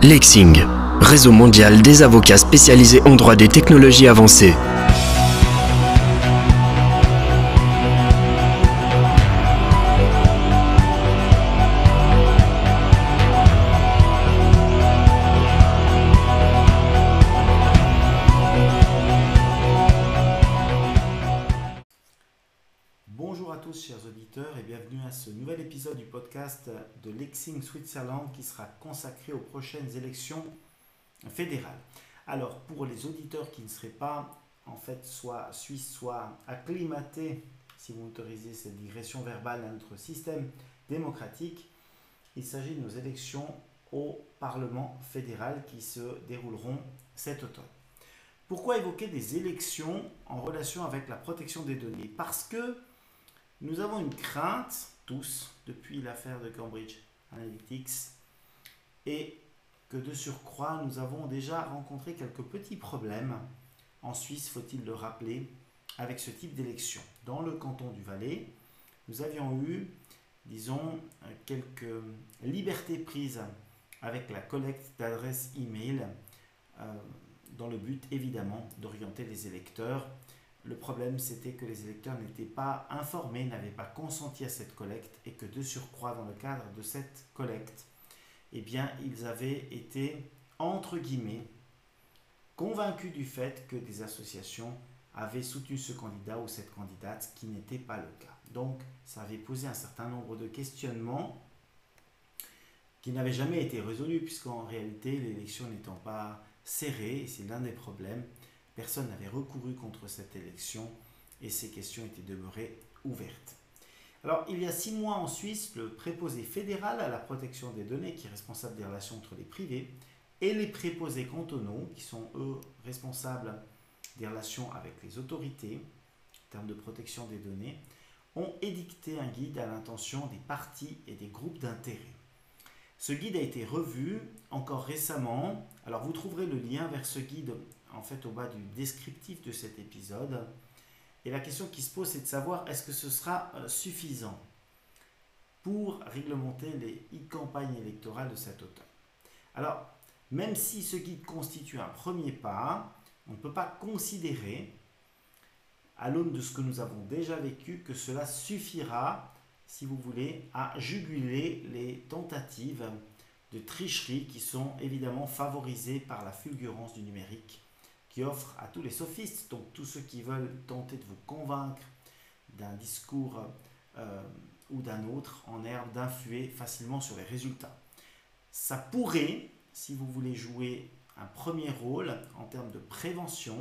Lexing, réseau mondial des avocats spécialisés en droit des technologies avancées. Bonjour à tous chers auditeurs et bienvenue à ce nouvel épisode du podcast de Lexing Switzerland qui sera consacré aux prochaines élections fédérales. Alors pour les auditeurs qui ne seraient pas en fait soit suisses soit acclimatés, si vous m'autorisez cette digression verbale, à notre système démocratique, il s'agit de nos élections au Parlement fédéral qui se dérouleront cet automne. Pourquoi évoquer des élections en relation avec la protection des données? Parce que nous avons une crainte, tous, depuis l'affaire de Cambridge Analytics, et que de surcroît, nous avons déjà rencontré quelques petits problèmes, en Suisse, faut-il le rappeler, avec ce type d'élection. Dans le canton du Valais, nous avions eu, disons, quelques libertés prises avec la collecte d'adresses e-mail, dans le but, évidemment, d'orienter les électeurs. Le problème, c'était que les électeurs n'étaient pas informés, n'avaient pas consenti à cette collecte et que de surcroît, dans le cadre de cette collecte, eh bien, ils avaient été, entre guillemets, convaincus du fait que des associations avaient soutenu ce candidat ou cette candidate, ce qui n'était pas le cas. Donc, ça avait posé un certain nombre de questionnements qui n'avaient jamais été résolus, puisqu'en réalité, l'élection n'étant pas serrée, et c'est l'un des problèmes, personne n'avait recouru contre cette élection et ces questions étaient demeurées ouvertes. Alors, il y a 6 mois en Suisse, le préposé fédéral à la protection des données, qui est responsable des relations entre les privés, et les préposés cantonaux, qui sont eux responsables des relations avec les autorités, en termes de protection des données, ont édicté un guide à l'intention des partis et des groupes d'intérêt. Ce guide a été revu encore récemment. Alors, vous trouverez le lien vers ce guide en fait au bas du descriptif de cet épisode. Et la question qui se pose, c'est de savoir est-ce que ce sera suffisant pour réglementer les campagnes électorales de cet automne. Alors, même si ce guide constitue un premier pas, on ne peut pas considérer, à l'aune de ce que nous avons déjà vécu, que cela suffira, si vous voulez, à juguler les tentatives de tricherie qui sont évidemment favorisées par la fulgurance du numérique, qui offre à tous les sophistes, donc tous ceux qui veulent tenter de vous convaincre d'un discours ou d'un autre en herbe, d'influer facilement sur les résultats. Ça pourrait, si vous voulez jouer un premier rôle en termes de prévention,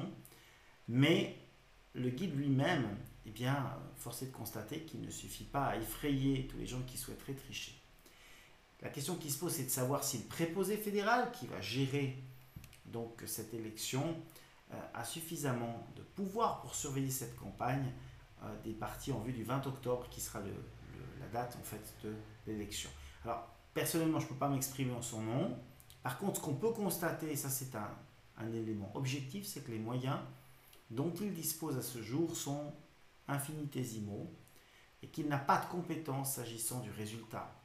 mais le guide lui-même, eh bien, force est de constater qu'il ne suffit pas à effrayer tous les gens qui souhaiteraient tricher. La question qui se pose, c'est de savoir si le préposé fédéral qui va gérer donc cette élection a suffisamment de pouvoir pour surveiller cette campagne des partis en vue du 20 octobre qui sera la date en fait de l'élection. Alors personnellement je ne peux pas m'exprimer en son nom. Par contre ce qu'on peut constater, et ça c'est un élément objectif, c'est que les moyens dont il dispose à ce jour sont infinitésimaux et qu'il n'a pas de compétences s'agissant du résultat.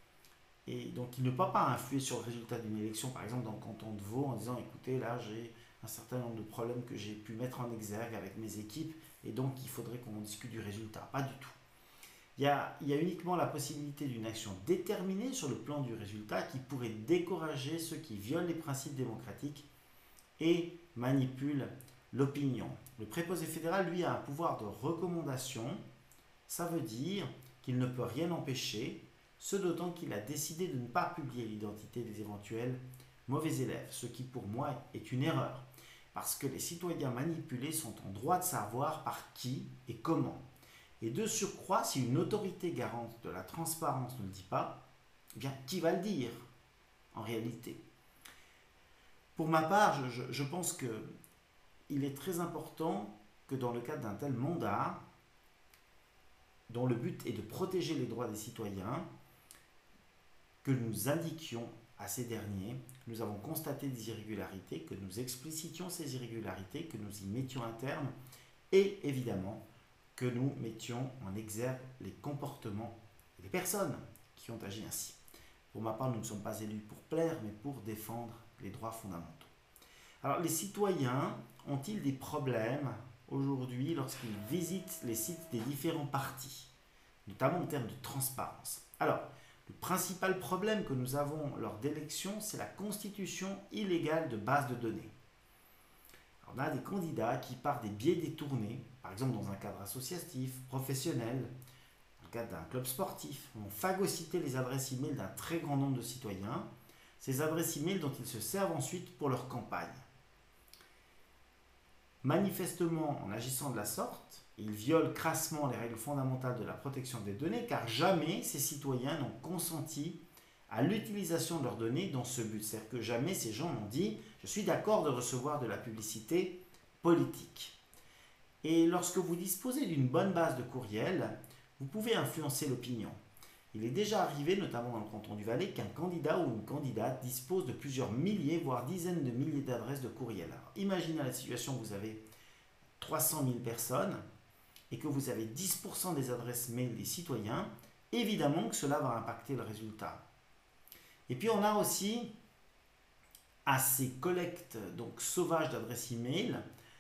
Et donc il ne peut pas influer sur le résultat d'une élection, par exemple dans le canton de Vaud, en disant écoutez là j'ai un certain nombre de problèmes que j'ai pu mettre en exergue avec mes équipes et donc il faudrait qu'on discute du résultat. Pas du tout. Il y a uniquement la possibilité d'une action déterminée sur le plan du résultat qui pourrait décourager ceux qui violent les principes démocratiques et manipulent l'opinion. Le préposé fédéral, lui, a un pouvoir de recommandation. Ça veut dire qu'il ne peut rien empêcher, ce d'autant qu'il a décidé de ne pas publier l'identité des éventuels mauvais élèves, ce qui pour moi est une erreur, parce que les citoyens manipulés sont en droit de savoir par qui et comment. Et de surcroît, si une autorité garante de la transparence ne le dit pas, eh bien, qui va le dire en réalité? Pour ma part, je pense qu'il est très important que dans le cadre d'un tel mandat, dont le but est de protéger les droits des citoyens, que nous indiquions à ces derniers, nous avons constaté des irrégularités, que nous explicitions ces irrégularités, que nous y mettions un terme et évidemment que nous mettions en exergue les comportements et les personnes qui ont agi ainsi. Pour ma part, nous ne sommes pas élus pour plaire, mais pour défendre les droits fondamentaux. Alors, les citoyens ont-ils des problèmes aujourd'hui lorsqu'ils visitent les sites des différents partis, notamment en termes de transparence? Alors, le principal problème que nous avons lors d'élections, c'est la constitution illégale de bases de données. Alors, on a des candidats qui, par des biais détournés, par exemple dans un cadre associatif, professionnel, dans le cadre d'un club sportif, vont phagocyter les adresses e-mail d'un très grand nombre de citoyens, ces adresses e-mail dont ils se servent ensuite pour leur campagne. Manifestement, en agissant de la sorte, ils violent crassement les règles fondamentales de la protection des données, car jamais ces citoyens n'ont consenti à l'utilisation de leurs données dans ce but. C'est-à-dire que jamais ces gens n'ont dit « je suis d'accord de recevoir de la publicité politique ». Et lorsque vous disposez d'une bonne base de courriel, vous pouvez influencer l'opinion. Il est déjà arrivé, notamment dans le canton du Valais, qu'un candidat ou une candidate dispose de plusieurs milliers, voire dizaines de milliers d'adresses de courriel. Alors, imaginez la situation où vous avez 300 000 personnes et que vous avez 10% des adresses mail des citoyens. Évidemment que cela va impacter le résultat. Et puis on a aussi, à ces collectes donc sauvages d'adresses e-mail,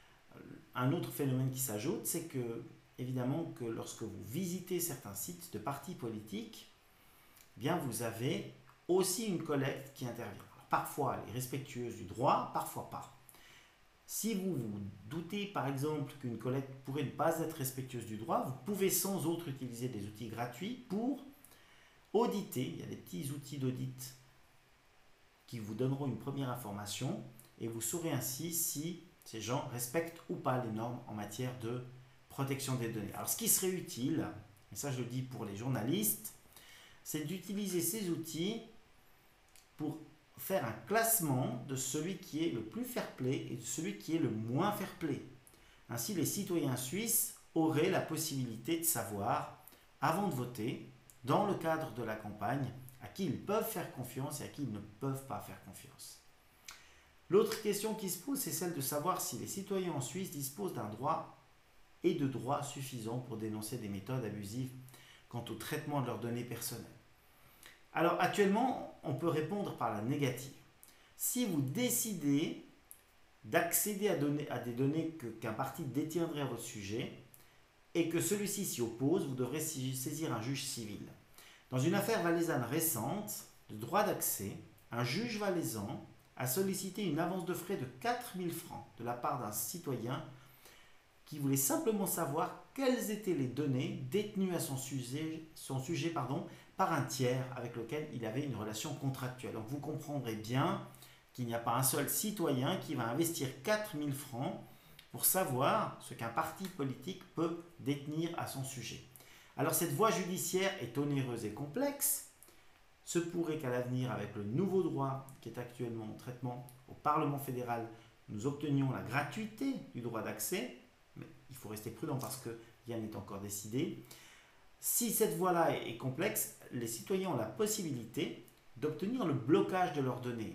un autre phénomène qui s'ajoute, c'est que évidemment que lorsque vous visitez certains sites de partis politiques, eh bien vous avez aussi une collecte qui intervient. Alors, parfois elle est respectueuse du droit, parfois pas. Si vous vous doutez par exemple qu'une collecte pourrait ne pas être respectueuse du droit, vous pouvez sans autre utiliser des outils gratuits pour auditer. Il y a des petits outils d'audit qui vous donneront une première information et vous saurez ainsi si ces gens respectent ou pas les normes en matière de protection des données. Alors ce qui serait utile, et ça je le dis pour les journalistes, c'est d'utiliser ces outils pour faire un classement de celui qui est le plus fair-play et de celui qui est le moins fair-play. Ainsi, les citoyens suisses auraient la possibilité de savoir, avant de voter, dans le cadre de la campagne, à qui ils peuvent faire confiance et à qui ils ne peuvent pas faire confiance. L'autre question qui se pose, c'est celle de savoir si les citoyens en Suisse disposent d'un droit et de droits suffisants pour dénoncer des méthodes abusives quant au traitement de leurs données personnelles. Alors actuellement, on peut répondre par la négative. Si vous décidez d'accéder à des données qu'un parti détiendrait à votre sujet et que celui-ci s'y oppose, vous devrez saisir un juge civil. Dans une affaire valaisanne récente de droit d'accès, un juge valaisan a sollicité une avance de frais de 4 000 francs de la part d'un citoyen qui voulait simplement savoir quelles étaient les données détenues à son sujet par un tiers avec lequel il avait une relation contractuelle. Donc vous comprendrez bien qu'il n'y a pas un seul citoyen qui va investir 4 000 francs pour savoir ce qu'un parti politique peut détenir à son sujet. Alors cette voie judiciaire est onéreuse et complexe. Se pourrait qu'à l'avenir, avec le nouveau droit qui est actuellement en traitement au Parlement fédéral, nous obtenions la gratuité du droit d'accès. Mais il faut rester prudent parce que rien n'est encore décidé. Si cette voie-là est complexe, les citoyens ont la possibilité d'obtenir le blocage de leurs données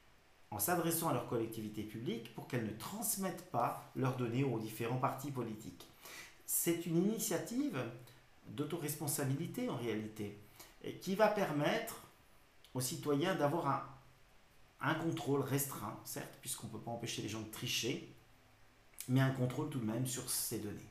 en s'adressant à leur collectivité publique pour qu'elles ne transmettent pas leurs données aux différents partis politiques. C'est une initiative d'autoresponsabilité en réalité et qui va permettre aux citoyens d'avoir un contrôle restreint, certes, puisqu'on ne peut pas empêcher les gens de tricher, mais un contrôle tout de même sur ces données.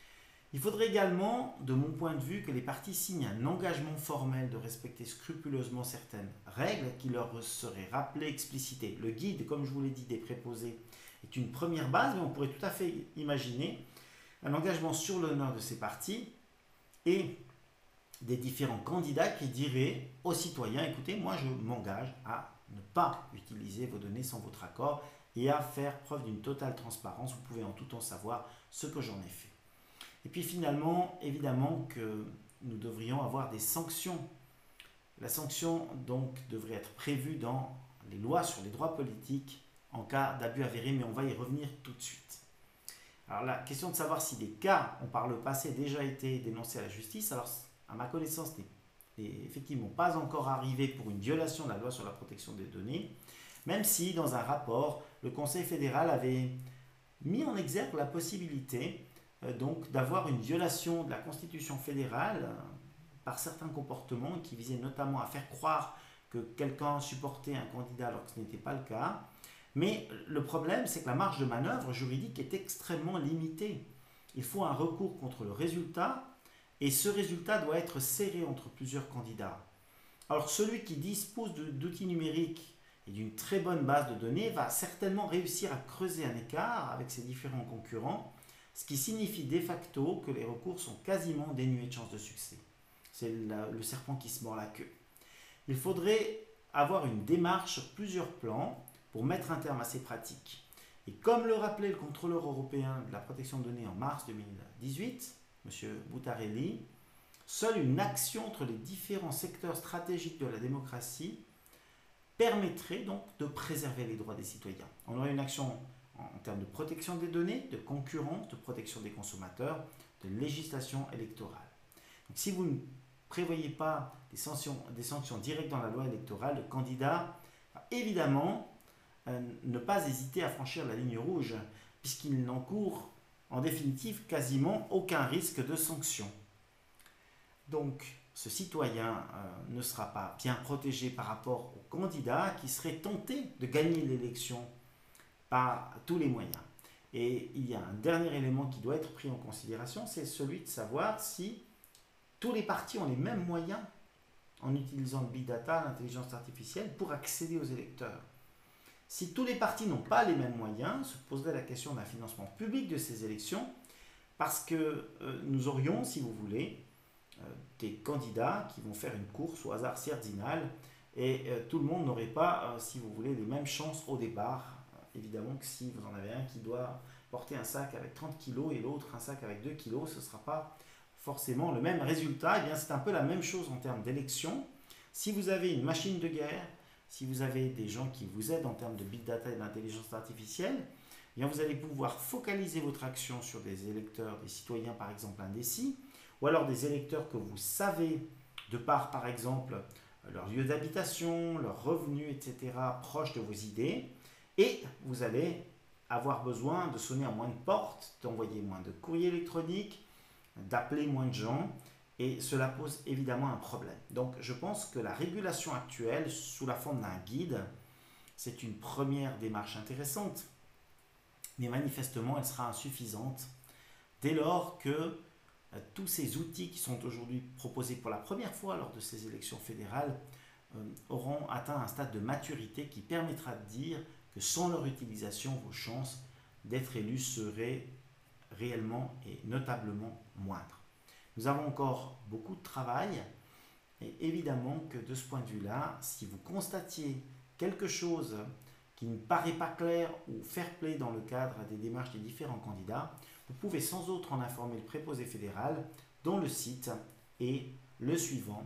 Il faudrait également, de mon point de vue, que les partis signent un engagement formel de respecter scrupuleusement certaines règles qui leur seraient rappelées, explicitées. Le guide, comme je vous l'ai dit, des préposés est une première base, mais on pourrait tout à fait imaginer un engagement sur l'honneur de ces partis et des différents candidats qui diraient aux citoyens, écoutez, moi je m'engage à ne pas utiliser vos données sans votre accord et à faire preuve d'une totale transparence. Vous pouvez en tout temps savoir ce que j'en ai fait. Et puis finalement, évidemment que nous devrions avoir des sanctions. La sanction donc devrait être prévue dans les lois sur les droits politiques en cas d'abus avéré, mais on va y revenir tout de suite. Alors la question de savoir si des cas ont par le passé déjà été dénoncés à la justice, alors à ma connaissance n'est effectivement pas encore arrivé pour une violation de la loi sur la protection des données, même si dans un rapport, le Conseil fédéral avait mis en exergue la possibilité donc d'avoir une violation de la Constitution fédérale par certains comportements qui visaient notamment à faire croire que quelqu'un supportait un candidat alors que ce n'était pas le cas. Mais le problème, c'est que la marge de manœuvre juridique est extrêmement limitée. Il faut un recours contre le résultat et ce résultat doit être serré entre plusieurs candidats. Alors celui qui dispose d'outils numériques et d'une très bonne base de données va certainement réussir à creuser un écart avec ses différents concurrents, ce qui signifie de facto que les recours sont quasiment dénués de chances de succès. C'est le serpent qui se mord la queue. Il faudrait avoir une démarche sur plusieurs plans pour mettre un terme à ces pratiques. Et comme le rappelait le contrôleur européen de la protection de données en mars 2018, M. Buttarelli, seule une action entre les différents secteurs stratégiques de la démocratie permettrait donc de préserver les droits des citoyens. On aurait une action en termes de protection des données, de concurrence, de protection des consommateurs, de législation électorale. Donc, si vous ne prévoyez pas des sanctions directes dans la loi électorale, le candidat va évidemment ne pas hésiter à franchir la ligne rouge, puisqu'il n'encourt en définitive quasiment aucun risque de sanction. Donc, ce citoyen ne sera pas bien protégé par rapport au candidat qui serait tenté de gagner l'élection par tous les moyens. Et il y a un dernier élément qui doit être pris en considération, c'est celui de savoir si tous les partis ont les mêmes moyens en utilisant le big data, l'intelligence artificielle, pour accéder aux électeurs. Si tous les partis n'ont pas les mêmes moyens, se poserait la question d'un financement public de ces élections, parce que nous aurions, si vous voulez, des candidats qui vont faire une course au hasard cardinal et tout le monde n'aurait pas, si vous voulez, les mêmes chances au départ. Évidemment que si vous en avez un qui doit porter un sac avec 30 kg et l'autre un sac avec 2 kg, ce ne sera pas forcément le même résultat. Eh bien, c'est un peu la même chose en termes d'élection. Si vous avez une machine de guerre, si vous avez des gens qui vous aident en termes de big data et d'intelligence artificielle, eh bien, vous allez pouvoir focaliser votre action sur des électeurs, des citoyens par exemple indécis, ou alors des électeurs que vous savez, de par exemple leur lieu d'habitation, leurs revenus, etc., proches de vos idées, et vous allez avoir besoin de sonner à moins de portes, d'envoyer moins de courriers électroniques, d'appeler moins de gens, et cela pose évidemment un problème. Donc je pense que la régulation actuelle, sous la forme d'un guide, c'est une première démarche intéressante, mais manifestement elle sera insuffisante dès lors que tous ces outils qui sont aujourd'hui proposés pour la première fois lors de ces élections fédérales auront atteint un stade de maturité qui permettra de dire que sans leur utilisation, vos chances d'être élus seraient réellement et notablement moindres. Nous avons encore beaucoup de travail et évidemment que de ce point de vue-là, si vous constatiez quelque chose qui ne paraît pas clair ou fair play dans le cadre des démarches des différents candidats, vous pouvez sans autre en informer le préposé fédéral dont le site est le suivant,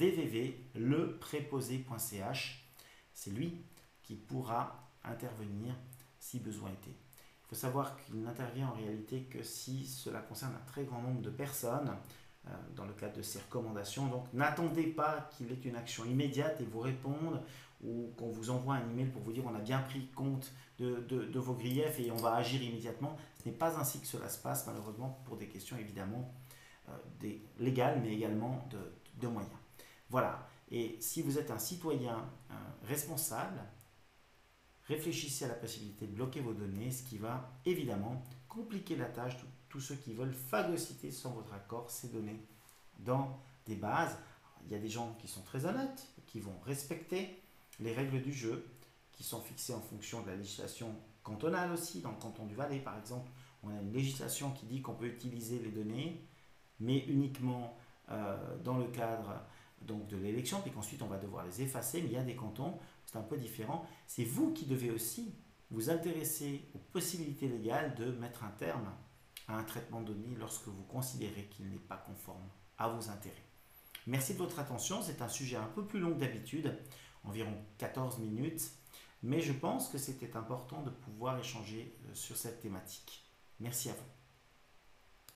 www.lepréposé.ch. C'est lui qui pourra intervenir si besoin était. Il faut savoir qu'il n'intervient en réalité que si cela concerne un très grand nombre de personnes dans le cadre de ces recommandations. Donc n'attendez pas qu'il ait une action immédiate et vous réponde ou qu'on vous envoie un email pour vous dire on a bien pris compte de vos griefs et on va agir immédiatement. Ce n'est pas ainsi que cela se passe malheureusement pour des questions évidemment légales mais également de moyens. Voilà, et si vous êtes un citoyen responsable, réfléchissez à la possibilité de bloquer vos données, ce qui va évidemment compliquer la tâche de tous ceux qui veulent phagocyter sans votre accord ces données dans des bases. Il y a des gens qui sont très honnêtes, qui vont respecter les règles du jeu, qui sont fixées en fonction de la législation cantonale aussi. Dans le canton du Valais, par exemple, on a une législation qui dit qu'on peut utiliser les données, mais uniquement dans le cadre donc, de l'élection, puis qu'ensuite on va devoir les effacer, mais il y a des cantons, c'est un peu différent. C'est vous qui devez aussi vous intéresser aux possibilités légales de mettre un terme à un traitement de données lorsque vous considérez qu'il n'est pas conforme à vos intérêts. Merci de votre attention, c'est un sujet un peu plus long que d'habitude, environ 14 minutes, mais je pense que c'était important de pouvoir échanger sur cette thématique. Merci à vous.